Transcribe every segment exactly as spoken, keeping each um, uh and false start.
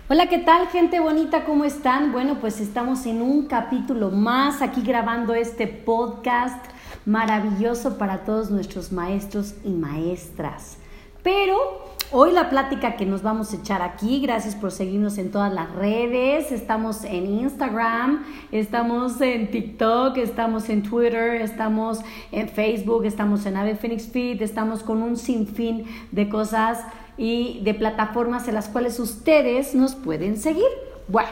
Hola, ¿qué tal, gente bonita? ¿Cómo están? Bueno, pues estamos en un capítulo más aquí grabando este podcast maravilloso para todos nuestros maestros y maestras. Pero hoy la plática que nos vamos a echar aquí, gracias por seguirnos en todas las redes, estamos en Instagram, estamos en TikTok, estamos en Twitter, estamos en Facebook, estamos en Ave Phoenix Feed, estamos con un sinfín de cosas y de plataformas en las cuales ustedes nos pueden seguir. Bueno,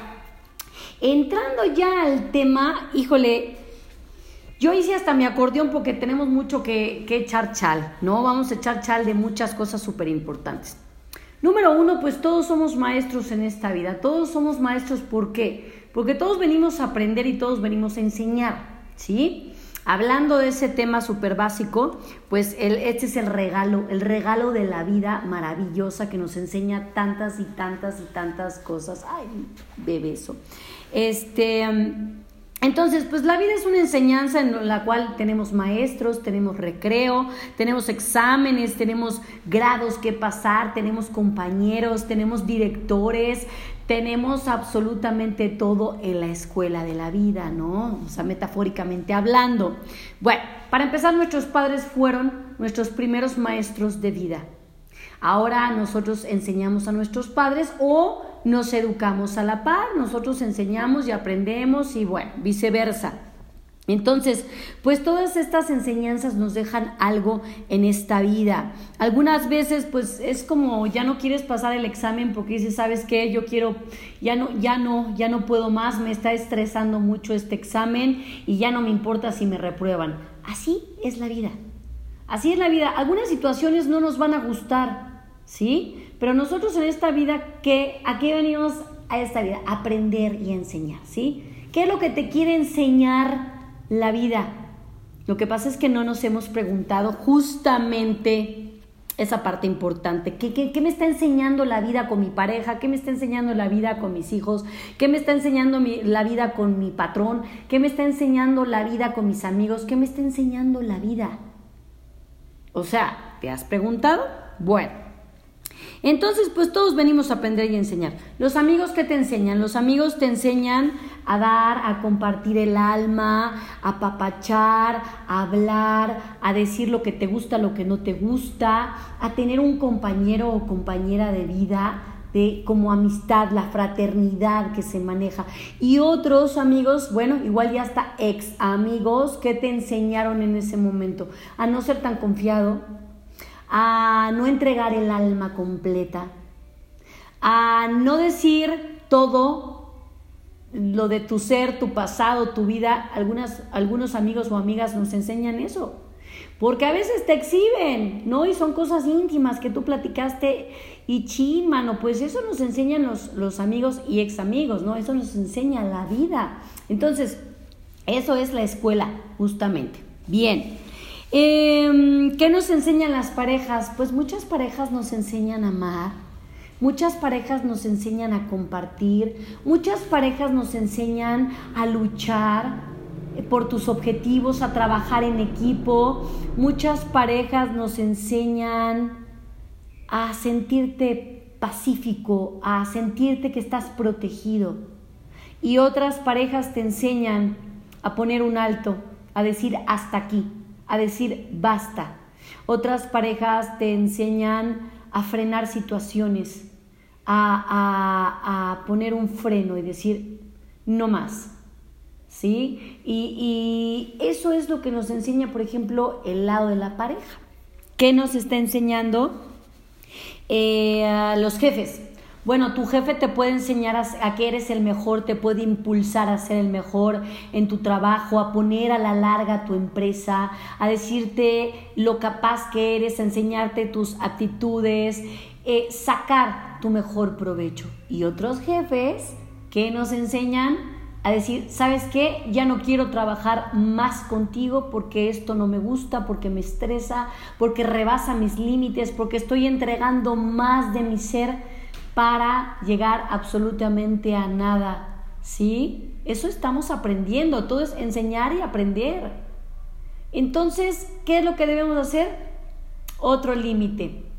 entrando ya al tema, híjole, yo hice hasta mi acordeón porque tenemos mucho que, que echar chal, ¿no? Vamos a echar chal de muchas cosas súper importantes. Número uno, pues todos somos maestros en esta vida, todos somos maestros, ¿por qué? Porque todos venimos a aprender y todos venimos a enseñar, ¿sí? Hablando de ese tema súper básico, pues el, este es el regalo, el regalo de la vida maravillosa que nos enseña tantas y tantas y tantas cosas. Ay, bebeso. Este, entonces, pues la vida es una enseñanza en la cual tenemos maestros, tenemos recreo, tenemos exámenes, tenemos grados que pasar, tenemos compañeros, tenemos directores, tenemos absolutamente todo en la escuela de la vida, ¿no? O sea, metafóricamente hablando. Bueno, para empezar, nuestros padres fueron nuestros primeros maestros de vida. Ahora nosotros enseñamos a nuestros padres o nos educamos a la par, nosotros enseñamos y aprendemos y bueno, viceversa. Entonces, pues todas estas enseñanzas nos dejan algo en esta vida. Algunas veces, pues es como ya no quieres pasar el examen porque dices, ¿sabes qué? Yo quiero, ya no, ya no, ya no puedo más, me está estresando mucho este examen y ya no me importa si me reprueban. Así es la vida. Así es la vida. Algunas situaciones no nos van a gustar, ¿sí? Pero nosotros en esta vida, ¿qué? ¿A qué venimos a esta vida? A aprender y a enseñar, ¿sí? ¿Qué es lo que te quiere enseñar la vida? Lo que pasa es que no nos hemos preguntado justamente esa parte importante. ¿Qué, qué, qué me está enseñando la vida con mi pareja? ¿Qué me está enseñando la vida con mis hijos? ¿Qué me está enseñando mi, la vida con mi patrón? ¿Qué me está enseñando la vida con mis amigos? ¿Qué me está enseñando la vida? O sea, ¿te has preguntado? Bueno. Entonces, pues todos venimos a aprender y a enseñar. Los amigos, ¿qué te enseñan? Los amigos te enseñan a dar, a compartir el alma, a apapachar, a hablar, a decir lo que te gusta, lo que no te gusta, a tener un compañero o compañera de vida, de como amistad, la fraternidad que se maneja. Y otros amigos, bueno, igual ya hasta ex amigos, ¿qué te enseñaron en ese momento? A no ser tan confiado, a no entregar el alma completa, a no decir todo lo de tu ser, tu pasado, tu vida. Algunas, algunos amigos o amigas nos enseñan eso, porque a veces te exhiben, ¿no? Y son cosas íntimas que tú platicaste y chin, mano, pues eso nos enseñan los, los amigos y ex amigos, ¿no? Eso nos enseña la vida. Entonces, eso es la escuela, justamente. Bien. Eh, ¿Qué nos enseñan las parejas? Pues muchas parejas nos enseñan a amar, muchas parejas nos enseñan a compartir, muchas parejas nos enseñan a luchar por tus objetivos, a trabajar en equipo, muchas parejas nos enseñan a sentirte pacífico, a sentirte que estás protegido, y otras parejas te enseñan a poner un alto, a decir hasta aquí, a decir basta. Otras parejas te enseñan a frenar situaciones, a, a, a poner un freno y decir no más, ¿sí? Y, y eso es lo que nos enseña, por ejemplo, el lado de la pareja. ¿Qué nos está enseñando eh, a los jefes? Bueno, tu jefe te puede enseñar a, a que eres el mejor, te puede impulsar a ser el mejor en tu trabajo, a poner a la larga tu empresa, a decirte lo capaz que eres, a enseñarte tus aptitudes, eh, sacar tu mejor provecho. Y otros jefes que nos enseñan a decir, ¿sabes qué? Ya no quiero trabajar más contigo porque esto no me gusta, porque me estresa, porque rebasa mis límites, porque estoy entregando más de mi ser para llegar absolutamente a nada, ¿sí? Eso estamos aprendiendo, todo es enseñar y aprender. Entonces, ¿qué es lo que debemos hacer? Otro límite,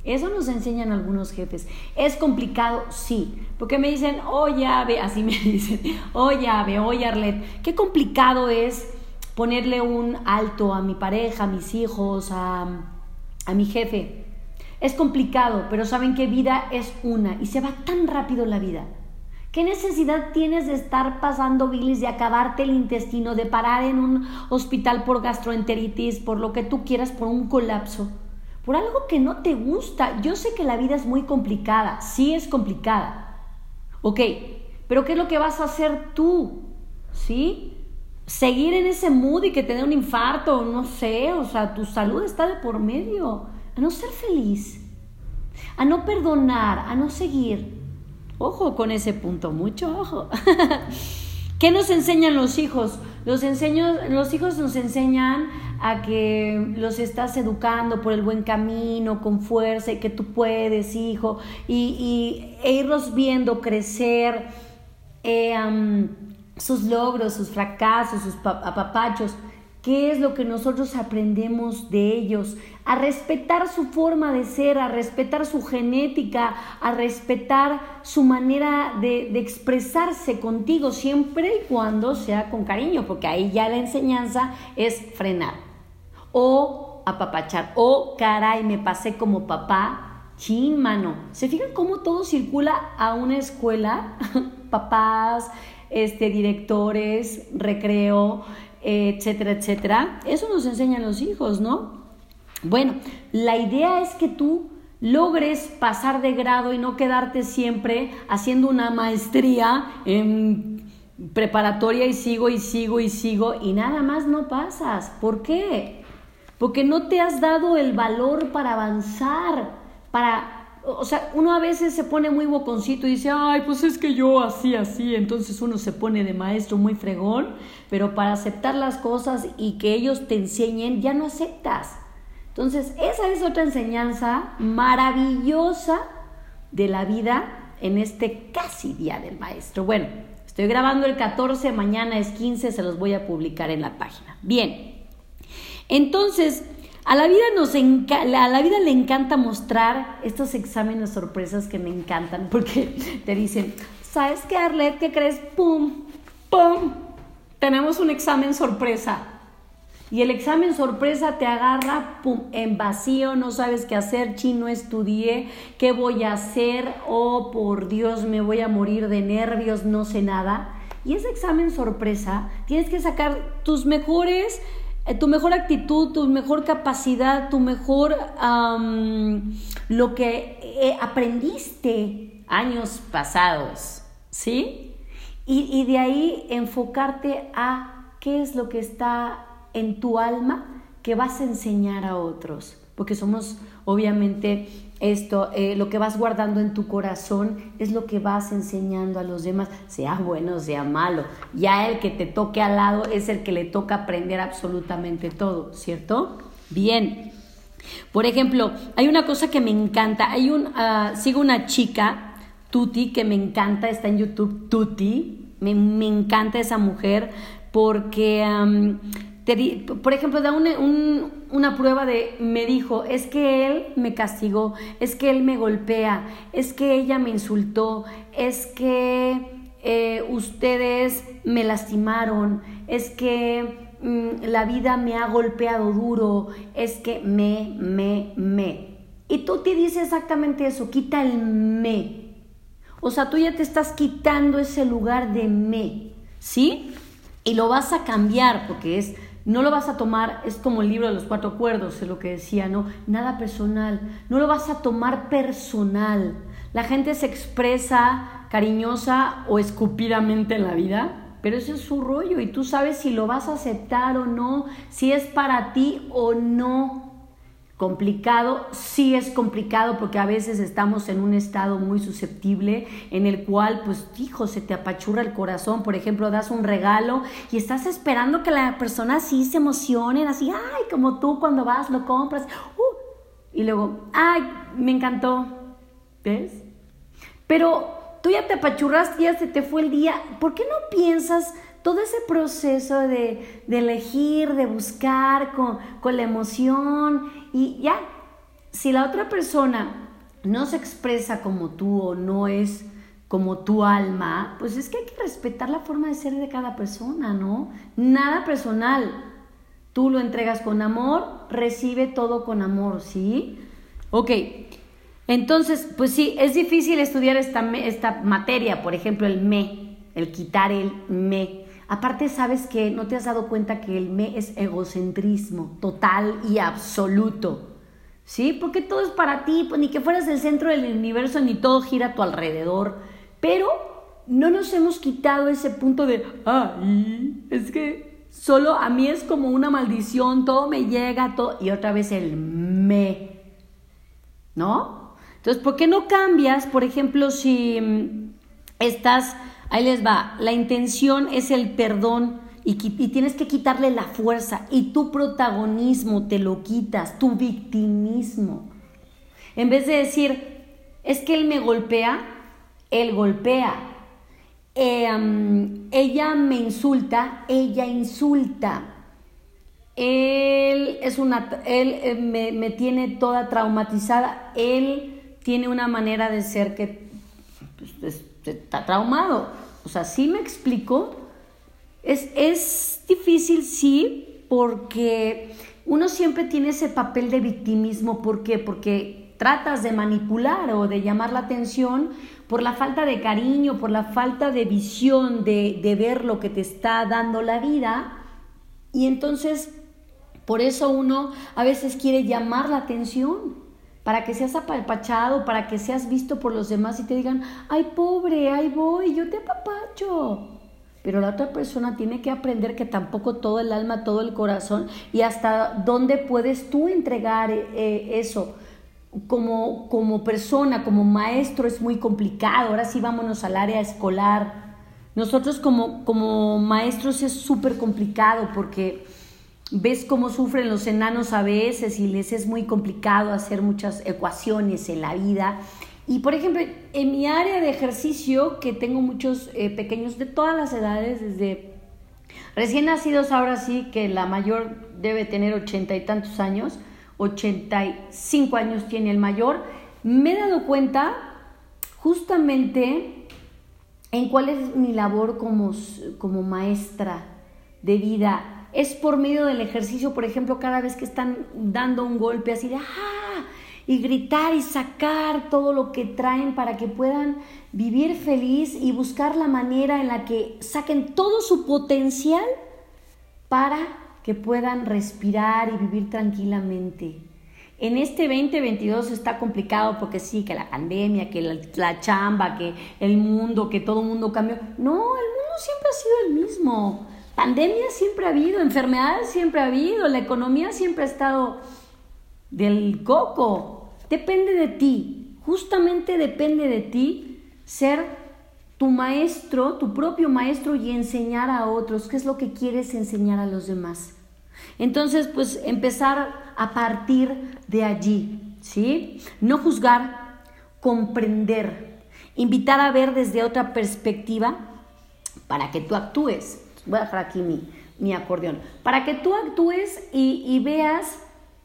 Eso nos enseñan algunos jefes. ¿Es complicado? Sí. Porque me dicen, oye, Ave, así me dicen, oye, Ave, oye, Arlet, qué complicado es ponerle un alto a mi pareja, a mis hijos, a, a mi jefe. Es complicado, pero saben que vida es una y se va tan rápido la vida. ¿Qué necesidad tienes de estar pasando bilis, de acabarte el intestino, de parar en un hospital por gastroenteritis, por lo que tú quieras, por un colapso? Por algo que no te gusta. Yo sé que la vida es muy complicada, sí es complicada. Ok, pero ¿qué es lo que vas a hacer tú? ¿Sí? Seguir en ese mood y que te dé un infarto, no sé, o sea, tu salud está de por medio. A no ser feliz, a no perdonar, a no seguir. Ojo con ese punto, mucho ojo. ¿Qué nos enseñan los hijos? Los, enseño, los hijos nos enseñan a que los estás educando por el buen camino, con fuerza, y que tú puedes, hijo, y, y e irlos viendo crecer, eh, um, sus logros, sus fracasos, sus apapachos. ¿Qué es lo que nosotros aprendemos de ellos? A respetar su forma de ser, a respetar su genética, a respetar su manera de, de expresarse contigo, siempre y cuando sea con cariño, porque ahí ya la enseñanza es frenar o apapachar. O caray, me pasé como papá, chin, mano. ¿Se fijan cómo todo circula a una escuela? Papás, este, directores, recreo, etcétera, etcétera. Eso nos enseñan los hijos, ¿no? Bueno, la idea es que tú logres pasar de grado y no quedarte siempre haciendo una maestría en preparatoria y sigo y sigo y sigo y nada más no pasas. ¿Por qué? Porque no te has dado el valor para avanzar, para... O sea, uno a veces se pone muy boconcito y dice, ay, pues es que yo así, así, entonces uno se pone de maestro muy fregón, pero para aceptar las cosas y que ellos te enseñen, ya no aceptas. Entonces, esa es otra enseñanza maravillosa de la vida en este casi Día del Maestro. Bueno, estoy grabando el catorce, mañana es quince, se los voy a publicar en la página. Bien, entonces... A la vida nos enca- a la vida le encanta mostrar estos exámenes sorpresas que me encantan porque te dicen, ¿sabes qué, Arlet? ¿Qué crees? ¡Pum! ¡Pum! Tenemos un examen sorpresa. Y el examen sorpresa te agarra, ¡pum!, en vacío, no sabes qué hacer, chin, no estudié, ¿qué voy a hacer? Oh, por Dios, me voy a morir de nervios, no sé nada. Y ese examen sorpresa, tienes que sacar tus mejores... tu mejor actitud, tu mejor capacidad, tu mejor, um, lo que eh, aprendiste años pasados, ¿sí? Y, y de ahí enfocarte a qué es lo que está en tu alma que vas a enseñar a otros, porque somos obviamente esto, eh, lo que vas guardando en tu corazón es lo que vas enseñando a los demás, sea bueno, sea malo. Ya el que te toque al lado es el que le toca aprender absolutamente todo, ¿cierto? Bien. Por ejemplo, hay una cosa que me encanta. Hay un, uh, sigo una chica, Tuti, que me encanta, está en YouTube, Tuti. Me, me encanta esa mujer porque... Um, Te di, por ejemplo, da un, un, una prueba de, me dijo, es que él me castigó, es que él me golpea, es que ella me insultó, es que eh, ustedes me lastimaron, es que mm, la vida me ha golpeado duro, es que me, me, me. Y tú te dices exactamente eso, quita el me. O sea, tú ya te estás quitando ese lugar de me, ¿sí? Y lo vas a cambiar porque es... No lo vas a tomar, es como el libro de los cuatro acuerdos, es lo que decía, ¿no? Nada personal, no lo vas a tomar personal. La gente se expresa cariñosa o escupidamente en la vida, pero ese es su rollo y tú sabes si lo vas a aceptar o no, si es para ti o no. Complicado, sí es complicado porque a veces estamos en un estado muy susceptible en el cual, pues, hijo, se te apachurra el corazón. Por ejemplo, das un regalo y estás esperando que la persona sí se emocione, así, ay, como tú cuando vas, lo compras, uh, y luego, ay, me encantó, ¿ves? Pero tú ya te apachurraste, ya se te fue el día. ¿Por qué no piensas todo ese proceso de, de elegir, de buscar con, con la emoción? Y ya, si la otra persona no se expresa como tú o no es como tu alma, pues es que hay que respetar la forma de ser de cada persona, ¿no? Nada personal. Tú lo entregas con amor, recibe todo con amor, ¿sí? Ok, entonces, pues sí, es difícil estudiar esta, esta materia, por ejemplo, el me, el quitar el me. Aparte, ¿sabes qué? ¿No te has dado cuenta que el me es egocentrismo total y absoluto? ¿Sí? Porque todo es para ti, pues ni que fueras el centro del universo, ni todo gira a tu alrededor. Pero no nos hemos quitado ese punto de, ay, es que solo a mí es como una maldición, todo me llega, todo, y otra vez el me, ¿no? Entonces, ¿por qué no cambias? Por ejemplo, si estás, ahí les va, la intención es el perdón y, y tienes que quitarle la fuerza y tu protagonismo te lo quitas, tu victimismo. En vez de decir, es que él me golpea, él golpea. Eh, um, ella me insulta, ella insulta. Él es una, él eh, me, me tiene toda traumatizada. Él tiene una manera de ser que pues, es, está traumado. O sea, ¿sí me explico? Es, es difícil, sí, porque uno siempre tiene ese papel de victimismo. ¿Por qué? Porque tratas de manipular o de llamar la atención por la falta de cariño, por la falta de visión, de, de ver lo que te está dando la vida. Y entonces, por eso uno a veces quiere llamar la atención, para que seas apapachado, para que seas visto por los demás y te digan, ay pobre, ahí voy, yo te apapacho. Pero la otra persona tiene que aprender que tampoco todo el alma, todo el corazón, y hasta dónde puedes tú entregar eh, eso. Como, como persona, como maestro es muy complicado. Ahora sí vámonos al área escolar. Nosotros como, como maestros es súper complicado porque ves cómo sufren los enanos a veces y les es muy complicado hacer muchas ecuaciones en la vida. Y por ejemplo, en mi área de ejercicio, que tengo muchos eh, pequeños de todas las edades, desde recién nacidos, ahora sí que la mayor debe tener ochenta y tantos años, ochenta y cinco años tiene el mayor, me he dado cuenta justamente en cuál es mi labor como, como maestra de vida. Es por medio del ejercicio, por ejemplo, cada vez que están dando un golpe así de ¡ah! Y gritar y sacar todo lo que traen para que puedan vivir feliz y buscar la manera en la que saquen todo su potencial para que puedan respirar y vivir tranquilamente. En este veinte veintidós está complicado porque sí, que la pandemia, que la, la chamba, que el mundo, que todo el mundo cambió. No, el mundo siempre ha sido el mismo. Pandemia siempre ha habido, enfermedades siempre ha habido, la economía siempre ha estado del coco. Depende de ti, justamente depende de ti ser tu maestro, tu propio maestro y enseñar a otros qué es lo que quieres enseñar a los demás. Entonces, pues empezar a partir de allí, ¿sí? No juzgar, comprender, invitar a ver desde otra perspectiva para que tú actúes. Voy a dejar aquí mi, mi acordeón. Para que tú actúes y, y veas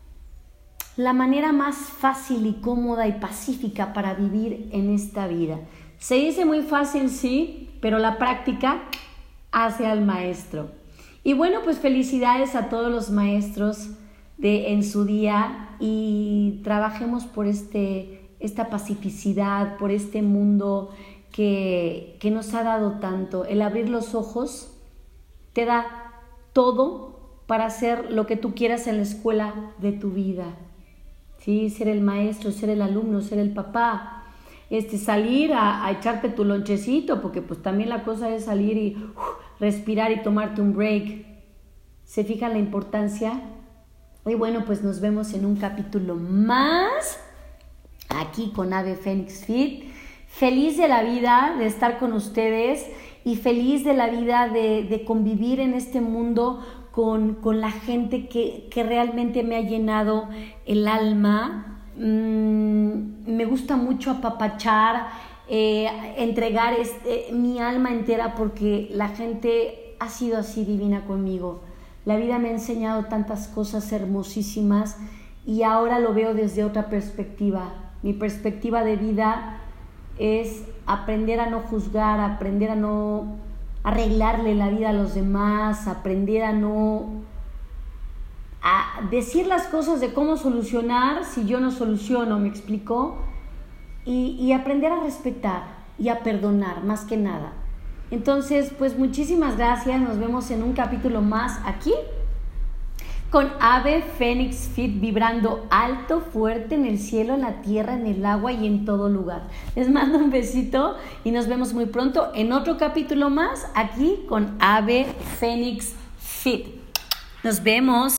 la manera más fácil y cómoda y pacífica para vivir en esta vida. Se dice muy fácil, sí, pero la práctica hace al maestro. Y bueno, pues felicidades a todos los maestros de en su día y trabajemos por este, esta pacificidad, por este mundo que, que nos ha dado tanto. El abrir los ojos te da todo para hacer lo que tú quieras en la escuela de tu vida. ¿Sí? Ser el maestro, ser el alumno, ser el papá, este, salir a, a echarte tu lonchecito, porque pues también la cosa es salir y uh, respirar y tomarte un break. ¿Se fijan la importancia? Y bueno, pues nos vemos en un capítulo más aquí con Ave Fénix Fit. Feliz de la vida de estar con ustedes y feliz de la vida de, de convivir en este mundo con, con la gente que, que realmente me ha llenado el alma. Mm, me gusta mucho apapachar, eh, entregar este, mi alma entera porque la gente ha sido así divina conmigo. La vida me ha enseñado tantas cosas hermosísimas y ahora lo veo desde otra perspectiva. Mi perspectiva de vida es aprender a no juzgar, aprender a no arreglarle la vida a los demás, aprender a no a decir las cosas de cómo solucionar si yo no soluciono, ¿me explico? Y, y aprender a respetar y a perdonar, más que nada. Entonces, pues muchísimas gracias, nos vemos en un capítulo más aquí con Ave Fénix Fit, vibrando alto, fuerte en el cielo, en la tierra, en el agua y en todo lugar. Les mando un besito y nos vemos muy pronto en otro capítulo más aquí con Ave Fénix Fit. Nos vemos.